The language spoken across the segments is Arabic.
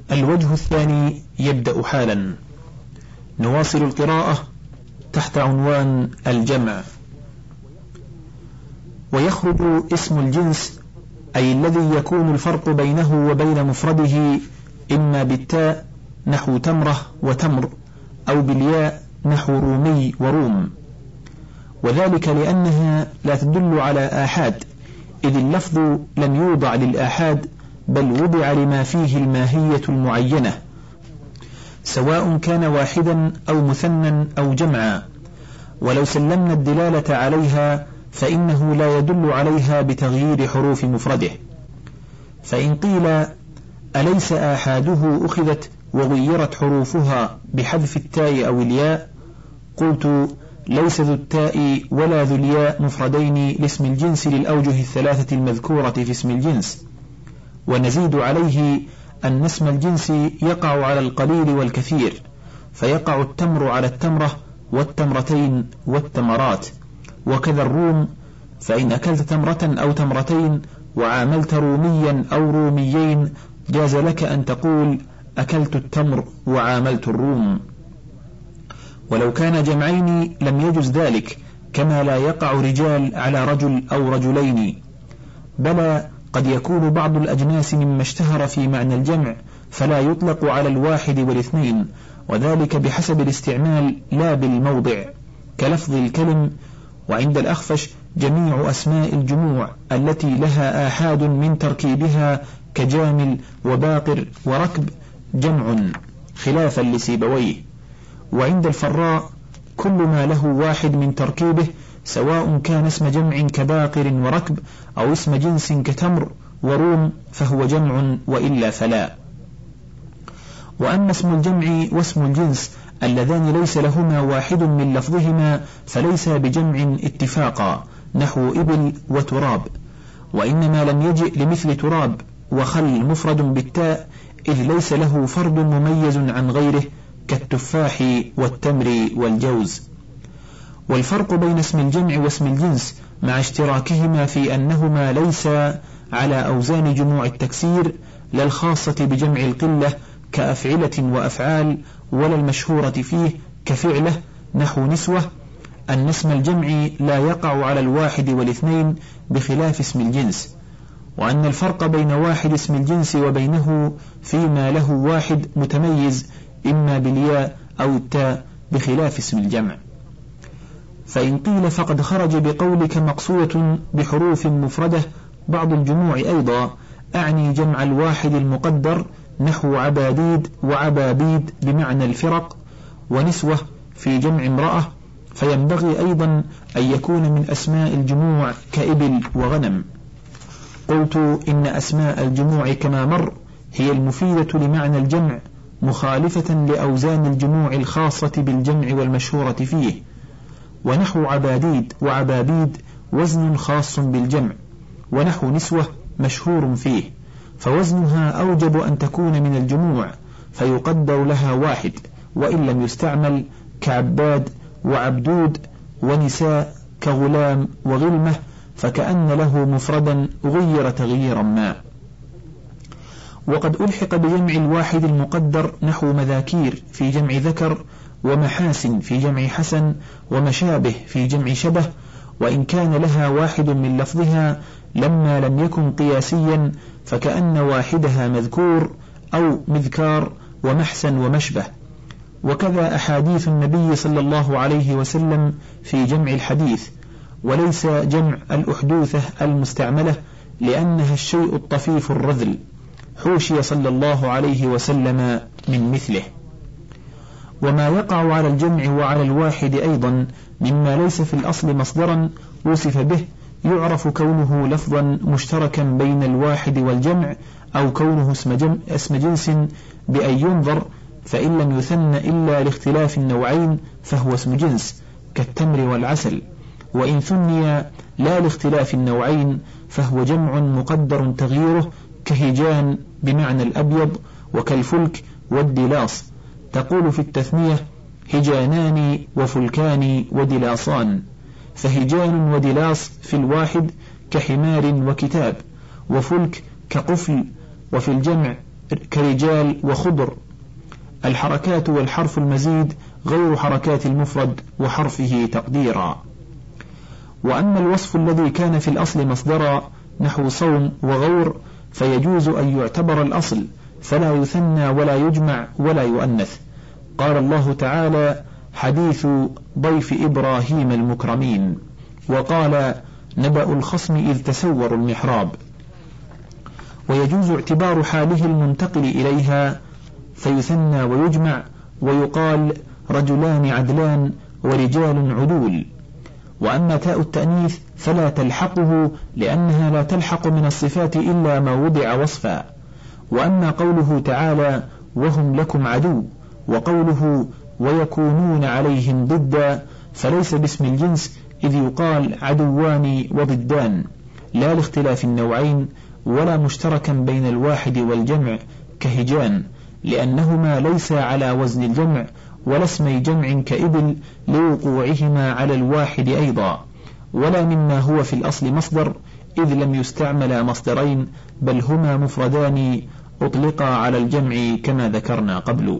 الوجه الثاني يبدأ حالا. نواصل القراءة تحت عنوان الجمع. ويخرج اسم الجنس أي الذي يكون الفرق بينه وبين مفرده إما بالتاء نحو تمرة وتمر، أو بالياء نحو رومي وروم، وذلك لأنها لا تدل على آحاد، إذ اللفظ لم يوضع للآحاد بل وضع لما فيه الماهية المعينة، سواء كان واحدا أو مثنى أو جمعا. ولو سلمنا الدلالة عليها فإنه لا يدل عليها بتغيير حروف مفرده. فإن قيل أليس آحاده أخذت وغيرت حروفها بحذف التاء أو الياء، قلت ليس ذو التاء ولا ذو الياء مفردين لاسم الجنس للأوجه الثلاثة المذكورة في اسم الجنس. ونزيد عليه أن اسم الجنس يقع على القليل والكثير، فيقع التمر على التمرة والتمرتين والتمرات، وكذا الروم، فإن أكلت تمرة أو تمرتين وعاملت روميا أو روميين جاز لك أن تقول أكلت التمر وعاملت الروم. ولو كان جمعين لم يجز ذلك، كما لا يقع رجال على رجل أو رجلين، بل قد يكون بعض الأجناس مما اشتهر في معنى الجمع فلا يطلق على الواحد والاثنين، وذلك بحسب الاستعمال لا بالموضع، كلفظ الكلم. وعند الأخفش جميع أسماء الجموع التي لها آحاد من تركيبها كجامل وباقر وركب جمع، خلافا لسيبويه. وعند الفراء كل ما له واحد من تركيبه، سواء كان اسم جمع كباقر وركب أو اسم جنس كتمر وروم، فهو جمع وإلا فلا. وأما اسم الجمع واسم الجنس اللذان ليس لهما واحد من لفظهما فليس بجمع اتفاقا، نحو إبل وتراب، وإنما لم يجئ لمثل تراب وخل مفرد بالتاء، إذ ليس له فرد مميز عن غيره كالتفاح والتمر والجوز. والفرق بين اسم الجمع واسم الجنس مع اشتراكهما في أنهما ليس على أوزان جموع التكسير، لا الخاصة بجمع القلة كأفعلة وأفعال، ولا المشهورة فيه كفعلة نحو نسوة، أن اسم الجمع لا يقع على الواحد والاثنين بخلاف اسم الجنس، وأن الفرق بين واحد اسم الجنس وبينه فيما له واحد متميز إما بالياء أو التاء بخلاف اسم الجمع. فإن قيل فقد خرج بقولك مقصودة بحروف مفردة بعض الجموع أيضا، أعني جمع الواحد المقدر نحو عباديد وعبابيد بمعنى الفرق، ونسوة في جمع امرأة، فينبغي أيضا أن يكون من أسماء الجموع كإبل وغنم. قلت إن أسماء الجموع كما مر هي المفيدة لمعنى الجمع، مخالفة لأوزان الجموع الخاصة بالجمع والمشهورة فيه. ونحو عباديد وعبابيد وزن خاص بالجمع، ونحو نسوة مشهور فيه، فوزنها أوجب أن تكون من الجموع، فيقدر لها واحد وإن لم يستعمل، كعباد وعبدود، ونساء كغلام وغلمة، فكأن له مفردا غير تغييرا ما. وقد ألحق بجمع الواحد المقدر نحو مذاكير في جمع ذكر، ومحاسن في جمع حسن، ومشابه في جمع شبه، وإن كان لها واحد من لفظها لما لم يكن قياسيا، فكأن واحدها مذكور أو مذكار ومحسن ومشبه. وكذا أحاديث النبي صلى الله عليه وسلم في جمع الحديث، وليس جمع الأحدوثة المستعملة، لأنها الشيء الطفيف الرذل، حوشي صلى الله عليه وسلم من مثله. وما يقع على الجمع وعلى الواحد أيضا مما ليس في الأصل مصدرا وصف به، يعرف كونه لفظا مشتركا بين الواحد والجمع، أو كونه اسم جنس بأن ينظر، فإن لم يثن إلا لاختلاف النوعين فهو اسم جنس كالتمر والعسل، وإن ثني لا لاختلاف النوعين فهو جمع مقدر تغييره كهجان بمعنى الأبيض، وكالفلك والدلاص، تقول في التثنية هجانان وفلكان ودلاصان، فهجان ودلاص في الواحد كحمار وكتاب، وفلك كقفل، وفي الجمع كرجال وخضر. الحركات والحرف المزيد غير حركات المفرد وحرفه تقديرا. وأما الوصف الذي كان في الأصل مصدرا نحو صوم وغور فيجوز أن يعتبر الأصل فلا يثنى ولا يجمع ولا يؤنث. قال الله تعالى: حديث ضيف إبراهيم المكرمين. وقال: نبأ الخصم إذ تسوروا المحراب. ويجوز اعتبار حاله المنتقل إليها فيثنى ويجمع، ويقال: رجلان عدلان ورجال عدول. وأما تاء التأنيث فلا تلحقه لأنها لا تلحق من الصفات إلا ما وضع وصفا. وأما قوله تعالى: وهم لكم عدو، وقوله: ويكونون عليهم ضدا، فليس باسم الجنس، إذ يقال عدوان وضدان، لا لاختلاف النوعين ولا مشتركا بين الواحد والجمع كهجان، لأنهما ليس على وزن الجمع، ولا اسمي جمع كإبل لوقوعهما على الواحد أيضا، ولا مما هو في الأصل مصدر، إذ لم يستعمل مصدرين بل هما مفردان أطلقا على الجمع كما ذكرنا قبل.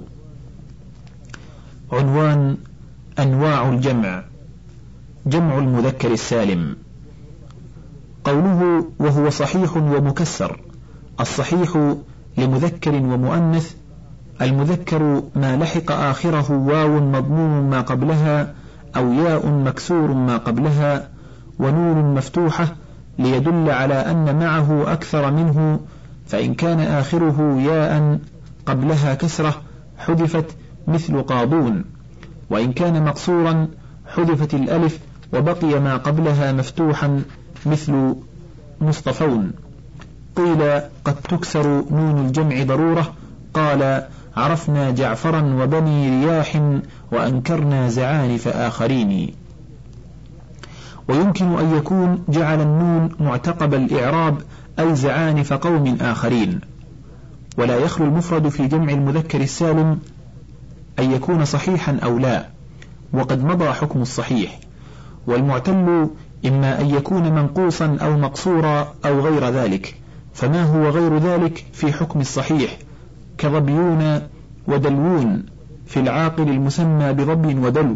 عنوان: أنواع الجمع. جمع المذكر السالم. قوله: وهو صحيح ومكسر. الصحيح لمذكر ومؤنث. المذكر ما لحق آخره واو مضموم ما قبلها أو ياء مكسور ما قبلها ونون مفتوحة ليدل على أن معه أكثر منه، فإن كان آخره ياء قبلها كسرة حذفت مثل قاضون، وإن كان مقصورا حذفت الألف وبقي ما قبلها مفتوحا مثل مصطفون. قيل: قد تكسر نون الجمع ضرورة. قال: عرفنا جعفرا وبني رياح وأنكرنا زعانف آخرين. ويمكن أن يكون جعل النون معتقب الإعراب أي زعانف قوم آخرين. ولا يخلو المفرد في جمع المذكر السالم أن يكون صحيحا أو لا، وقد مضى حكم الصحيح. والمعتل إما أن يكون منقوصا أو مقصورا أو غير ذلك، فما هو غير ذلك في حكم الصحيح كظبيون ودلوون في العاقل المسمى بظب ودلو.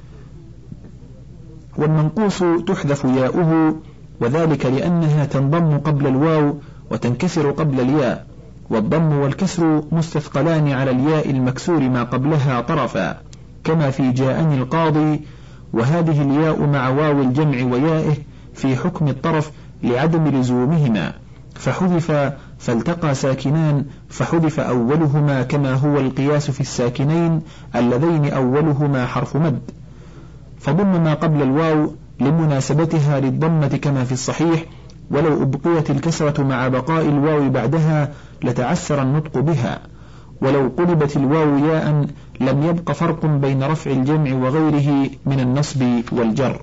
والمنقوص تحذف ياؤه، وذلك لأنها تنضم قبل الواو وتنكسر قبل الياء، والضم والكسر مستثقلان على الياء المكسور ما قبلها طرفا، كما في جاءني القاضي، وهذه الياء مع واو الجمع ويائه في حكم الطرف لعدم لزومهما، فحذف فالتقى ساكنان فحذف أولهما كما هو القياس في الساكنين اللذين أولهما حرف مد، فضم ما قبل الواو لمناسبتها للضمة كما في الصحيح، ولو أبقيت الكسرة مع بقاء الواو بعدها لتعسر النطق بها، ولو قلبت الواو ياء لم يبق فرق بين رفع الجمع وغيره من النصب والجر.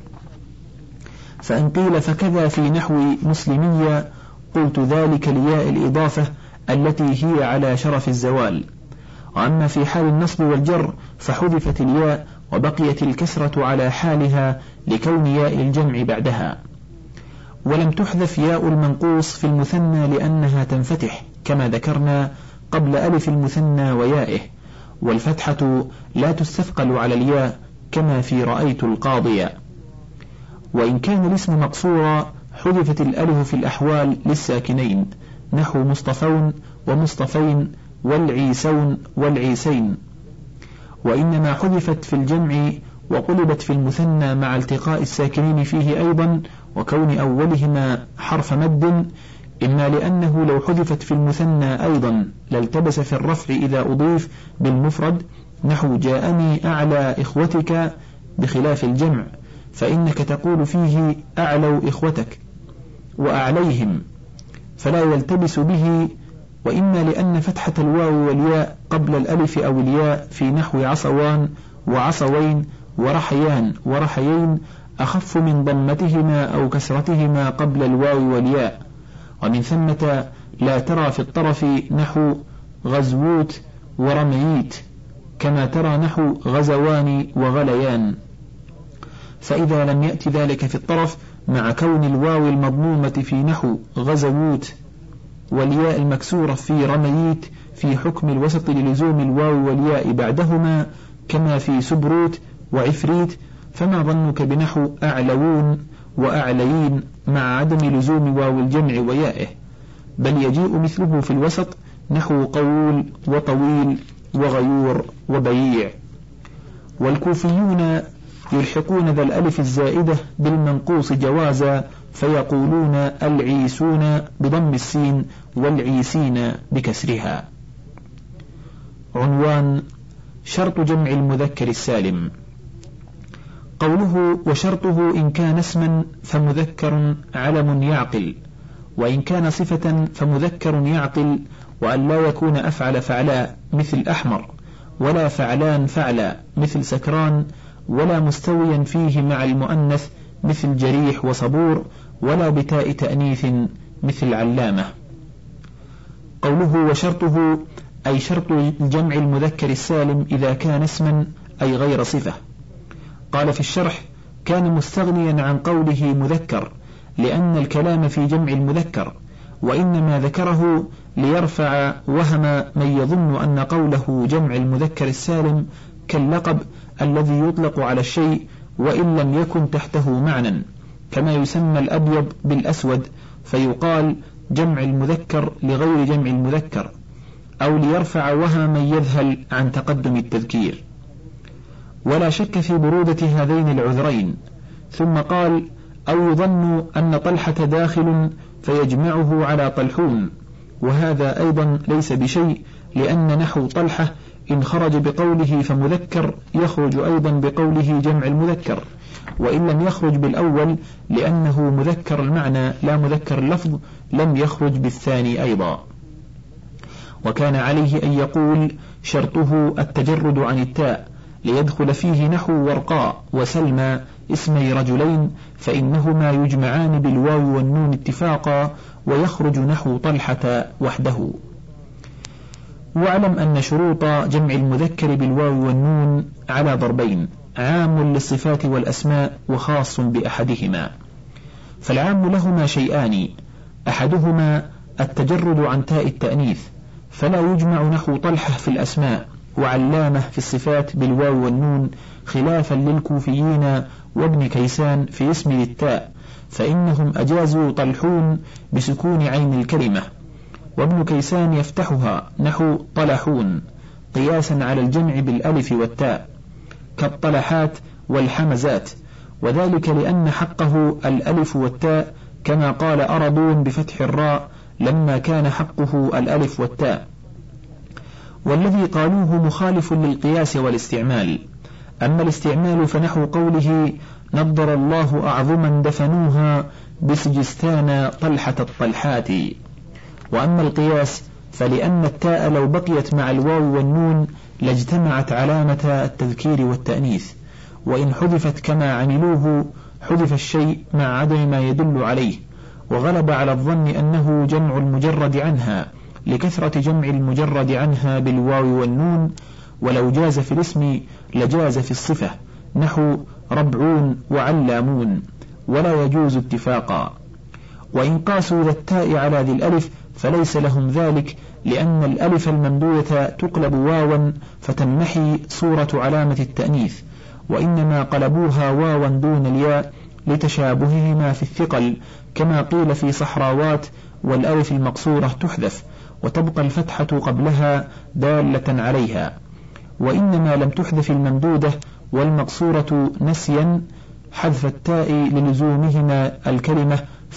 فإن قيل فكذا في نحو مسلمية، قلت ذلك لياء الإضافة التي هي على شرف الزوال. وأما في حال النصب والجر فحذفت الياء وبقيت الكسرة على حالها لكون ياء الجمع بعدها. ولم تحذف ياء المنقوص في المثنى لأنها تنفتح كما ذكرنا قبل ألف المثنى ويائه، والفتحة لا تستثقل على الياء كما في رأيت القاضي. وإن كان الاسم مقصورا حذفت الألف في الأحوال للساكنين نحو مصطفون ومصطفين والعيسون والعيسين، وإنما حذفت في الجمع وقلبت في المثنى مع التقاء الساكنين فيه أيضا وكون أولهما حرف مد، إما لأنه لو حذفت في المثنى أيضا لالتبس في الرفع إذا أضيف بالمفرد نحو جاءني أعلى إخوتك، بخلاف الجمع فإنك تقول فيه أعلوا إخوتك وأعليهم فلا يلتبس به، وإما لأن فتحة الواو والياء قبل الألف أو الياء في نحو عصوان وعصوين ورحيان ورحيين أخف من ضمتهما أو كسرتهما قبل الواو والياء، ومن ثمة لا ترى في الطرف نحو غزووت ورمييت كما ترى نحو غزوان وغليان. فإذا لم يأتي ذلك في الطرف مع كون الواو المضمومة في نحو غزووت والياء المكسورة في رمييت في حكم الوسط للزوم الواو والياء بعدهما كما في سبروت وعفريت، فما ظنك بنحو أعلوون وأعليين مع عدم لزوم واو الجمع ويائه، بل يجيء مثله في الوسط نحو قول وطويل وغيور وبييع. والكوفيون يلحقون ذا الألف الزائدة بالمنقوص جوازا، فيقولون العيسون بضم السين والعيسين بكسرها. عنوان: شرط جمع المذكر السالم. قوله: وشرطه إن كان اسما فمذكر علم يعقل، وإن كان صفة فمذكر يعقل، وأن لا يكون أفعل فعلاء مثل أحمر، ولا فعلان فعلا مثل سكران، ولا مستويا فيه مع المؤنث مثل جريح وصبور، ولا بتاء تأنيث مثل علامة. قوله: وشرطه أي شرط الجمع المذكر السالم إذا كان اسما أي غير صفة. قال في الشرح: كان مستغنيا عن قوله مذكر، لأن الكلام في جمع المذكر، وإنما ذكره ليرفع وهم من يظن أن قوله جمع المذكر السالم كاللقب الذي يطلق على الشيء وإن لم يكن تحته معنى، كما يسمى الأبيض بالأسود فيقال جمع المذكر لغير جمع المذكر، أو ليرفع وهم من يذهل عن تقدم التذكير. ولا شك في برودة هذين العذرين. ثم قال: أو يظن أن طلحة داخل فيجمعه على طلحون، وهذا أيضا ليس بشيء، لأن نحو طلحة إن خرج بقوله فمذكر يخرج أيضا بقوله جمع المذكر، وإن لم يخرج بالأول لأنه مذكر المعنى لا مذكر اللفظ لم يخرج بالثاني أيضا. وكان عليه أن يقول: شرطه التجرد عن التاء، ليدخل فيه نحو ورقاء وسلمى اسمي رجلين، فإنهما يجمعان بالواو والنون اتفاقا، ويخرج نحو طلحة وحده. واعلم أن شروط جمع المذكر بالواو والنون على ضربين: عام للصفات والأسماء وخاص بأحدهما. فالعام لهما شيئان: أحدهما التجرد عن تاء التأنيث، فلا يجمع نحو طلحة في الأسماء وعلامة في الصفات بالواو والنون، خلافا للكوفيين وابن كيسان في اسم للتاء، فإنهم أجازوا طلحون بسكون عين الكلمة، وابن كيسان يفتحها نحو طلحون قياسا على الجمع بالألف والتاء كالطلحات والحمزات، وذلك لأن حقه الألف والتاء، كما قال أرضون بفتح الراء لما كان حقه الألف والتاء. والذي قالوه مخالف للقياس والاستعمال. أما الاستعمال فنحو قوله: نضر الله أعظما دفنوها بسجستان طلحة الطلحات. وأما القياس فلأن التاء لو بقيت مع الواو والنون لاجتمعت علامة التذكير والتأنيث، وإن حذفت كما عملوه حذف الشيء مع عدم ما يدل عليه، وغلب على الظن أنه جمع المجرد عنها لكثرة جمع المجرد عنها بالواو والنون، ولو جاز في الاسم لجاز في الصفة نحو ربعون وعلامون، ولا يجوز اتفاقا. وإن قاسوا ذا التاء على ذي الألف فليس لهم ذلك، لأن الألف الممدودة تقلب واوا فتمنحي صورة علامة التأنيث، وإنما قلبوها واوا دون الياء لتشابههما في الثقل، كما قيل في صحراوات: والألف المقصورة تحذف وتبقى الفتحة قبلها دالة عليها. وإنما لم تحذف الممدودة والمقصورة نسيا حذف التاء للزومهما الكلمة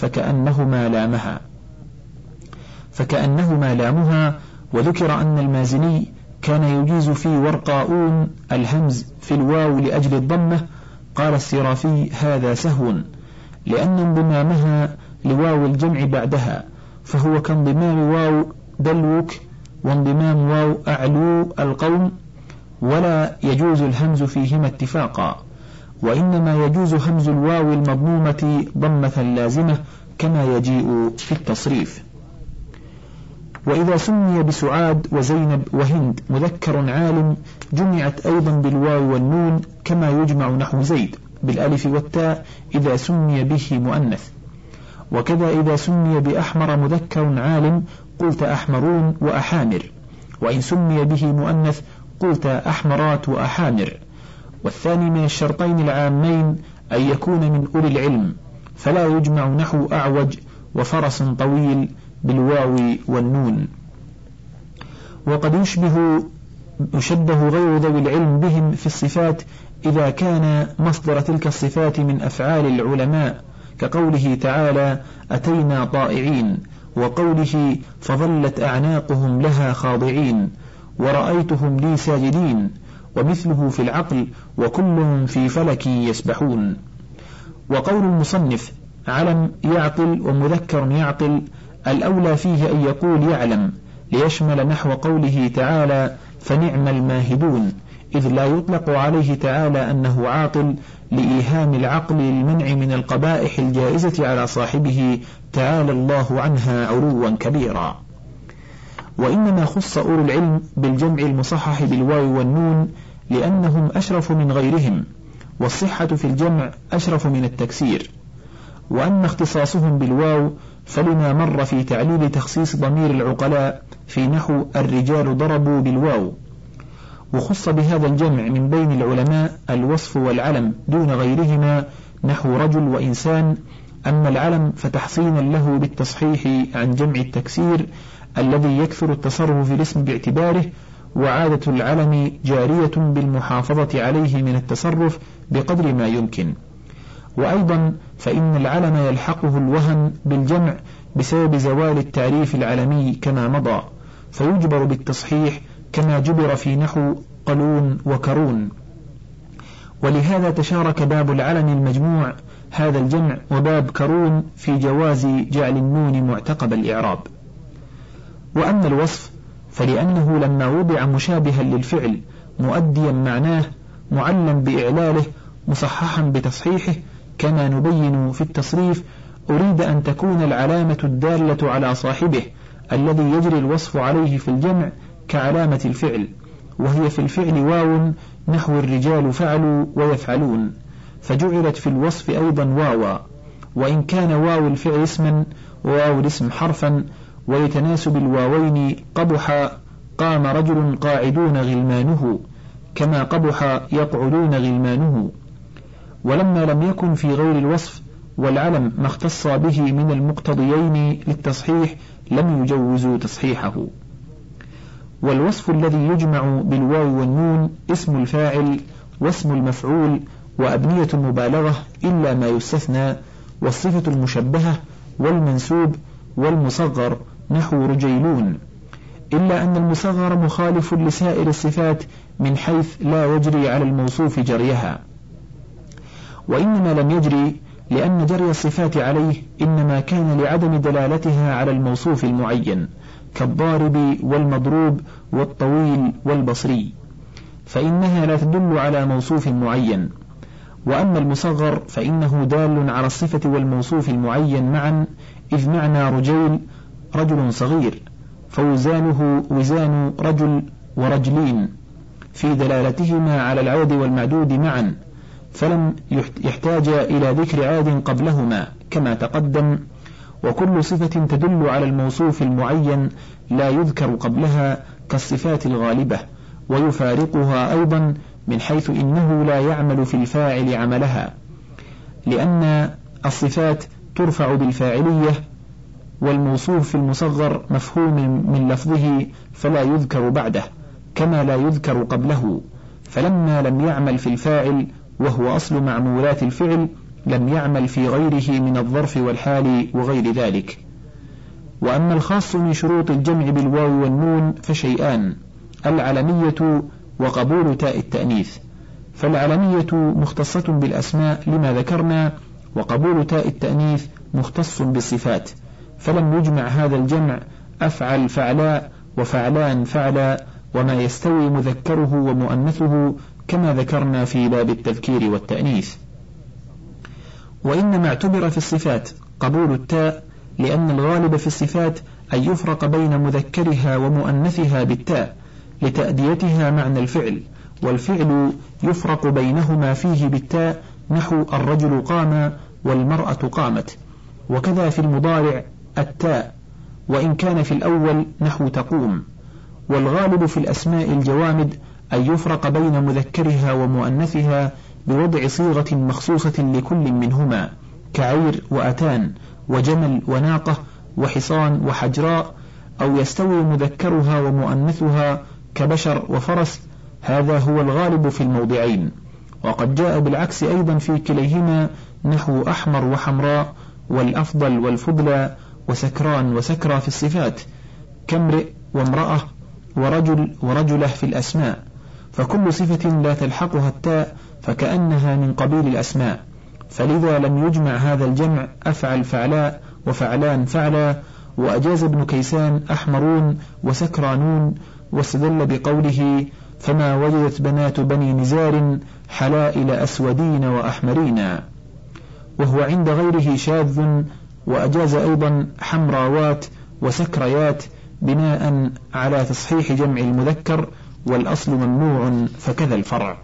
فكأنهما لامها. وذكر أن المازني كان يجيز في ورقاؤون الهمز في الواو لأجل الضمة. قال السرافي: هذا سهو، لأن انضمامها لواو الجمع بعدها، فهو كانضمام واو دلوك وانضمام واو أعلو القوم، ولا يجوز الهمز فيهما اتفاقا، وإنما يجوز همز الواو المضمومة ضمة لازمة كما يجيء في التصريف. وإذا سمي بسعاد وزينب وهند مذكر عالم جمعت أيضا بالواو والنون، كما يجمع نحو زيد بالألف والتاء إذا سمي به مؤنث. وكذا إذا سمي بأحمر مذكر عالم قلت أحمرون وأحامر، وإن سمي به مؤنث قلت أحمرات وأحامر. والثاني من الشرطين العامين أن يكون من أولي العلم، فلا يجمع نحو أعوج وفرس طويل بالواو والنون. وقد يشبه غير ذوي العلم بهم في الصفات إذا كان مصدر تلك الصفات من أفعال العلماء، كقوله تعالى أتينا طائعين، وقوله فظلت أعناقهم لها خاضعين، ورأيتهم لي ساجدين، ومثله في العقل وكلهم في فلك يسبحون. وقول المصنف علم يعقل ومذكر يعقل، الأولى فيه أن يقول يعلم ليشمل نحو قوله تعالى فنعم الماهدون، إذ لا يطلق عليه تعالى أنه عاقل لإيهام العقل للمنع من القبائح الجائزة على صاحبه تعالى الله عنها علوا كبيرا. وإنما خص أولو العلم بالجمع المصحح بالواو والنون لأنهم أشرف من غيرهم، والصحة في الجمع أشرف من التكسير. وأما اختصاصهم بالواو فلما مر في تعليل تخصيص ضمير العقلاء في نحو الرجال ضربوا بالواو. وخص بهذا الجمع من بين العلماء الوصف والعلم دون غيرهما نحو رجل وإنسان. أما العلم فتحصينا له بالتصحيح عن جمع التكسير الذي يكثر التصرف في الاسم باعتباره، وعادة العلم جارية بالمحافظة عليه من التصرف بقدر ما يمكن. وأيضا فإن العلم يلحقه الوهن بالجمع بسبب زوال التعريف العلمي كما مضى، فيجبر بالتصحيح كما جبر في نحو قلون وكرون. ولهذا تشارك باب العلم المجموع هذا الجمع وباب كرون في جواز جعل النون معتقب الإعراب. وأما الوصف فلأنه لما وضع مشابها للفعل مؤديا معناه معلم بإعلاله مصححا بتصحيحه كما نبين في التصريف، أريد أن تكون العلامة الدالة على صاحبه الذي يجري الوصف عليه في الجمع كعلامة الفعل، وهي في الفعل واو نحو الرجال فعلوا ويفعلون، فجعلت في الوصف أيضا واوا، وإن كان واو الفعل اسما وواو الاسم حرفا، ولتناسب الواوين قبح قام رجل قاعدون غلمانه كما قبح يقعدون غلمانه. ولما لم يكن في غير الوصف والعلم ما اختص به من المقتضيين للتصحيح لم يجوزوا تصحيحه. والوصف الذي يجمع بالواو والنون اسم الفاعل واسم المفعول وأبنية المبالغة إلا ما يستثنى، والصفة المشبهة والمنسوب والمصغر نحو رجيلون، إلا أن المصغر مخالف لسائر الصفات من حيث لا يجري على الموصوف جريها، وإنما لم يجري لأن جري الصفات عليه إنما كان لعدم دلالتها على الموصوف المعين كالضارب والمضروب والطويل والبصري، فإنها لا تدل على موصوف معين. وأما المصغر فإنه دال على الصفة والموصوف المعين معا، إذ معنى رجيل رجل صغير، فوزانه وزان رجل ورجلين في دلالتهما على العدد والمعدود معا، فلم يحتاج إلى ذكر عاد قبلهما كما تقدم. وكل صفة تدل على الموصوف المعين لا يذكر قبلها كالصفات الغالبة، ويفارقها أيضا من حيث إنه لا يعمل في الفاعل عملها، لأن الصفات ترفع بالفاعلية، والموصوف في المصغر مفهوم من لفظه فلا يذكر بعده كما لا يذكر قبله، فلما لم يعمل في الفاعل وهو أصل معمولات الفعل لم يعمل في غيره من الظرف والحال وغير ذلك. وأما الخاص من شروط الجمع بالواو والنون فشيئان: العلمية وقبول تاء التأنيث. فالعلمية مختصة بالأسماء لما ذكرنا، وقبول تاء التأنيث مختص بالصفات، فلم يجمع هذا الجمع أفعل فعلاء وفعلان فعلا وما يستوي مذكره ومؤنثه كما ذكرنا في باب التذكير والتأنيث. وإنما اعتبر في الصفات قبول التاء لأن الغالب في الصفات أن يفرق بين مذكرها ومؤنثها بالتاء لتأديتها معنى الفعل، والفعل يفرق بينهما فيه بالتاء نحو الرجل قام والمرأة قامت، وكذا في المضارع التاء، وإن كان في الأول نحو تقوم. والغالب في الأسماء الجوامد أن يفرق بين مذكرها ومؤنثها بوضع صيغة مخصوصة لكل منهما، كعير وأتان وجمل وناقة وحصان وحجراء، أو يستوي مذكرها ومؤنثها كبشر وفرس. هذا هو الغالب في الموضعين. وقد جاء بالعكس أيضا في كليهما، نحو أحمر وحمراء والأفضل والفضلى وسكران وسكرى في الصفات، كامرئ وامرأة ورجل ورجلة في الأسماء، فكل صفة لا تلحقها التاء فكأنها من قبيل الأسماء، فلذا لم يجمع هذا الجمع أفعل فعلاء وفعلان فعلا. وأجاز ابن كيسان أحمرون وسكرانون، واستدل بقوله فما وجدت بنات بني نزار حلائل أسودين وأحمرين، وهو عند غيره شاذ. وأجاز أيضا حمراوات وسكريات بناء على تصحيح جمع المذكر، والأصل ممنوع فكذا الفرع.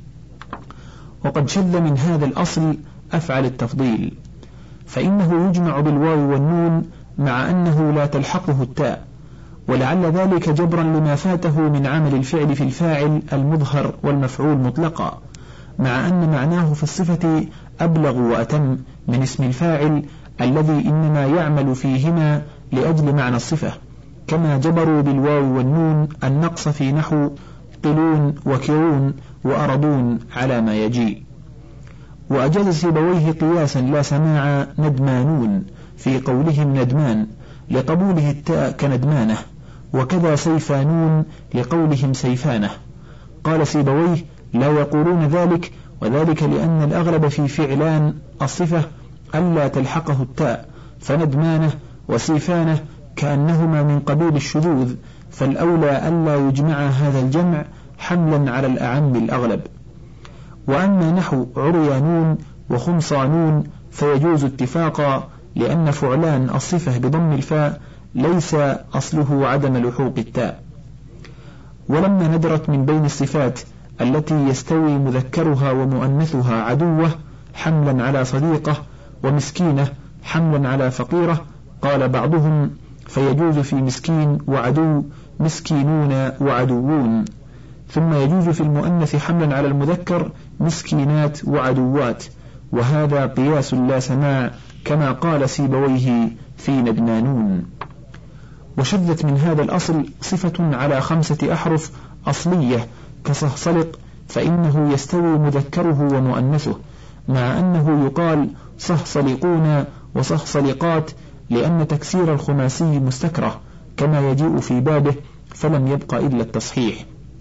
وقد شذ من هذا الأصل أفعل التفضيل، فإنه يجمع بالواو والنون مع أنه لا تلحقه التاء، ولعل ذلك جبرا لما فاته من عمل الفعل في الفاعل المظهر والمفعول مطلقا، مع أن معناه في الصفة أبلغ وأتم من اسم الفاعل الذي إنما يعمل فيهما لأجل معنى الصفة، كما جبروا بالواو والنون النقص في نحو قلون وكرون وأرضون على ما يجي. وأجاز سيبويه قياسا لا سماع ندمانون في قولهم ندمان لقبوله التاء كندمانة، وكذا سيفانون لقولهم سيفانة. قال سيبويه لا يقولون ذلك، وذلك لأن الأغلب في فعلان الصفة ألا تلحقه التاء، فندمانة وسيفانة كأنهما من قبيل الشذوذ، فالأولى ألا يجمع هذا الجمع حملا على الأعم الأغلب. وأما نحو عريانون وخمصانون فيجوز اتفاقا، لأن فعلان الصفة بضم الفاء ليس أصله عدم لحوق التاء. ولما ندرت من بين الصفات التي يستوي مذكرها ومؤنثها عدوة حملا على صديقة، ومسكينة حملا على فقيرة، قال بعضهم فيجوز في مسكين وعدو مسكينون وعدوون، ثم يجوز في المؤنث حملا على المذكر مسكينات وعدوات، وهذا قياس لا سماع كما قال سيبويه في ندمانون. وشذت من هذا الأصل صفة على 5 أحرف أصلية كصهصلق، فإنه يستوي مذكره ومؤنثه، مع أنه يقال صهصلقون وصهصلقات لأن تكسير الخماسي مستكره كما يجيء في بابه، فلم يبق إلا التصحيح.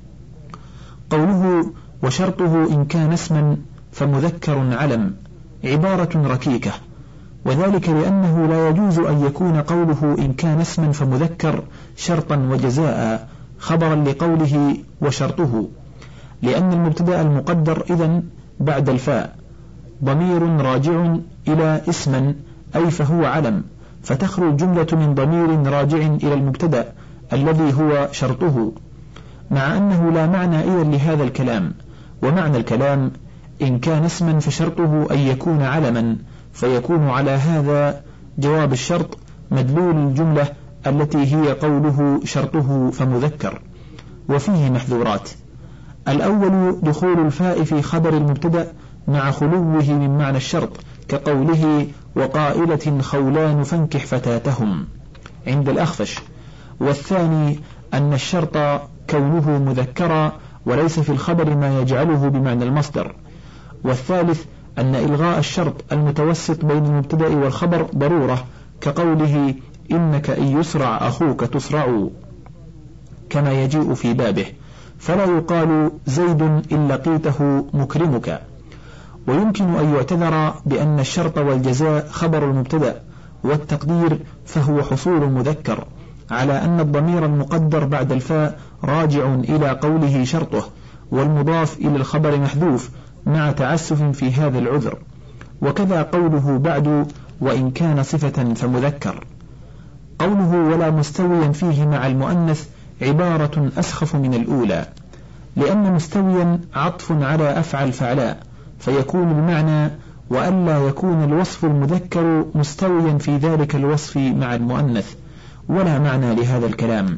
قوله وشرطه إن كان اسما فمذكر علم عبارة ركيكة، وذلك لأنه لا يجوز أن يكون قوله إن كان اسما فمذكر شرطا وجزاء خبرا لقوله وشرطه، لأن المبتدأ المقدر إذن بعد الفاء ضمير راجع إلى اسما أي فهو علم، فتخرج الجملة من ضمير راجع إلى المبتدأ الذي هو شرطه، مع أنه لا معنى إذن لهذا الكلام. ومعنى الكلام إن كان اسما فشرطه أن يكون علما، فيكون على هذا جواب الشرط مدلول الجملة التي هي قوله شرطه فمذكر. وفيه محذورات: الأول دخول الفاء في خبر المبتدأ مع خلوه من معنى الشرط، كقوله وقائلة خولان فانكح فتاتهم عند الأخفش. والثاني أن الشرط كونه مذكرا وليس في الخبر ما يجعله بمعنى المصدر. والثالث أن إلغاء الشرط المتوسط بين المبتدأ والخبر ضرورة، كقوله إنك إن يسرع أخوك تسرع كما يجيء في بابه، فلا يقال زيد إن لقيته مكرمك. ويمكن أن يعتذر بأن الشرط والجزاء خبر المبتدأ، والتقدير فهو حصول مذكر، على أن الضمير المقدر بعد الفاء راجع إلى قوله شرطه، والمضاف إلى الخبر محذوف مع تعسف في هذا العذر. وكذا قوله بعد وإن كان صفة فمذكر. قوله ولا مستويا فيه مع المؤنث عبارة أسخف من الأولى، لأن مستويا عطف على أفعل فعلاء، فيكون المعنى وألا يكون الوصف المذكر مستويا في ذلك الوصف مع المؤنث، ولا معنى لهذا الكلام.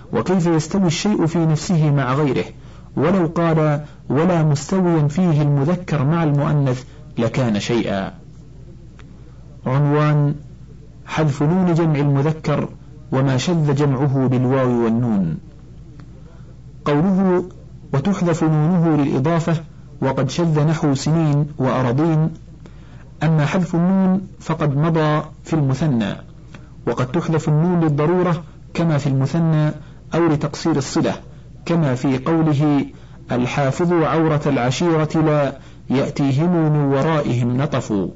وكيف يستوي الشيء في نفسه مع غيره؟ ولو قال ولا مستويا فيه المذكر مع المؤنث لكان شيئا. عنوان: حذف نون جمع المذكر وما شذ جمعه بالواو والنون. قوله وتحذف نونه للإضافة وقد شذ نحو سنين وأرضين. أما حذف النون فقد مضى في المثنى، وقد تحذف النون للضرورة كما في المثنى أو لتقصير الصلة كما في قوله الحافظوا عورة العشيرة لا يأتيهم من ورائهم نطفوا.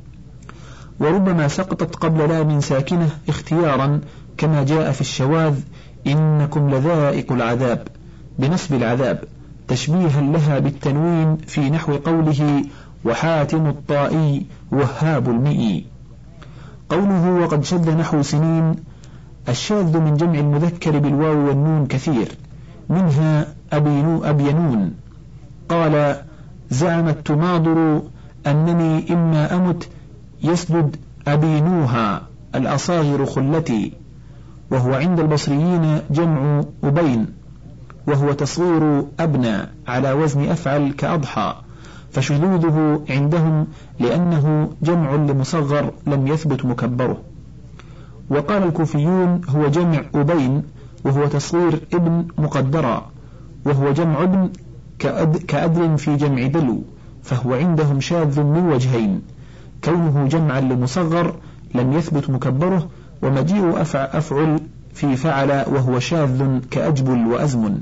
وربما سقطت قبل لام ساكنة اختيارا كما جاء في الشواذ إنكم لذائق العذاب بنصب العذاب تشبيها لها بالتنوين في نحو قوله وحاتم الطائي وهاب المئي. قوله وقد شذ نحو سنين. الشاذ من جمع المذكر بالواو والنون كثير، منها أبينون قال زعمت تماضر أنني إما أمت يسدد أبينوها الأصاغر خلتي، وهو عند البصريين جمع أبين وهو تصغير أبنى على وزن أفعل كأضحى، فشذوذه عندهم لأنه جمع لمصغر لم يثبت مكبره. وقال الكوفيون هو جمع أبين وهو تصغير ابن مقدرا، وهو جمع ابن كأدل في جمع دلو، فهو عندهم شاذ من وجهين: كونه جمعا لمصغر لم يثبت مكبره، ومجيء أفعل في فعل وهو شاذ كأجبل وأزمن.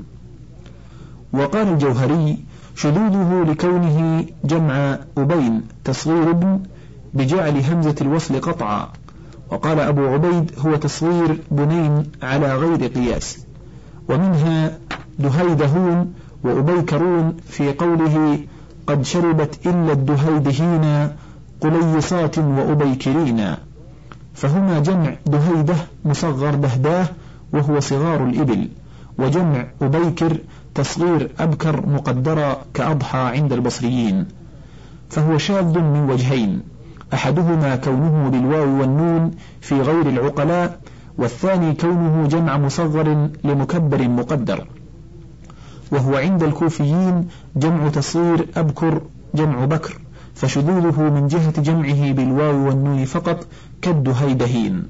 وقال الجوهري شذوذه لكونه جمع أبين تصغير ابن بجعل همزة الوصل قطعا. وقال أبو عبيد هو تصغير بنين على غير قياس. ومنها دهيدهون وأبيكرون في قوله قد شربت إلا الدهيدهين قليصات وأبيكرين، فهما جمع دهيده مصغر دهداه وهو صغار الإبل، وجمع أبيكر تصغير أبكر مقدرة كأضحى عند البصريين، فهو شاذ من وجهين: أحدهما كونه بالواو والنون في غير العقلاء، والثاني كونه جمع مصغر لمكبر مقدر، وهو عند الكوفيين جمع تصغير أبكر جمع بكر، فشذوذه من جهة جمعه بالواو والنون فقط كالدهيدهين.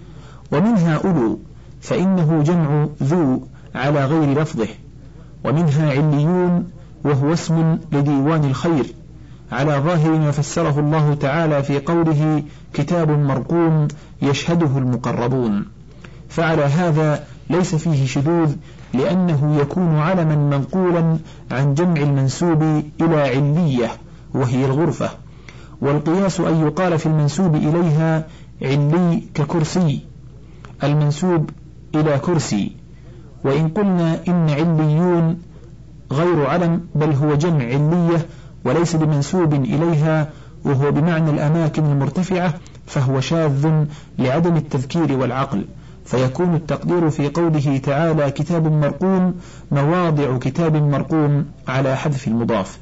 ومنها أولو فإنه جمع ذو على غير لفظه. ومنها عليون وهو اسم لديوان الخير على ظاهر ما فسره الله تعالى في قوله كتاب مرقوم يشهده المقربون، فعلى هذا ليس فيه شذوذ لأنه يكون علما منقولا عن جمع المنسوب إلى علية وهي الغرفة، والقياس أن يقال في المنسوب إليها علي ككرسي المنسوب إلى كرسي. وإن قلنا إن عليون غير علم بل هو جمع علية وليس بمنسوب إليها وهو بمعنى الأماكن المرتفعة، فهو شاذ لعدم التذكير والعقل، فيكون التقدير في قوله تعالى كتاب مرقوم مواضع كتاب مرقوم على حذف المضاف.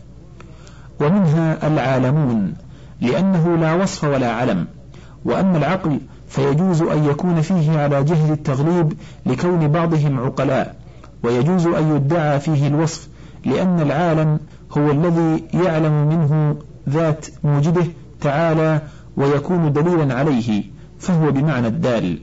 ومنها العالمون لأنه لا وصف ولا علم. وأما العقل فيجوز أن يكون فيه على جهة التغليب لكون بعضهم عقلاء، ويجوز أن يدعى فيه الوصف لأن العالم هو الذي يعلم منه ذات موجده تعالى ويكون دليلا عليه، فهو بمعنى الدال.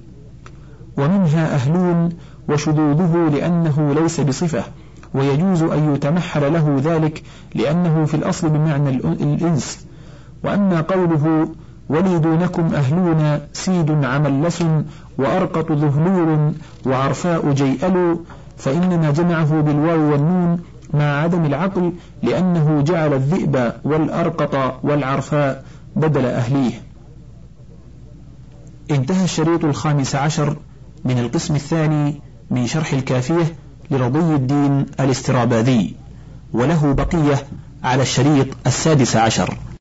ومنها أهلون وشذوذه لأنه ليس بصفة، ويجوز أن يتمحل له ذلك لأنه في الأصل بمعنى الإنس. وأما قوله ولي دونكم أهلون سيد عملس وأرقط ذهلور وعرفاء جيئل، فإنما جمعه بالواو والنون مع عدم العقل لأنه جعل الذئب والأرقط والعرفاء بدل أهليه. انتهى الشريط 15 من القسم الثاني من شرح الكافية لرضي الدين الاستراباذي، وله بقية على الشريط 16.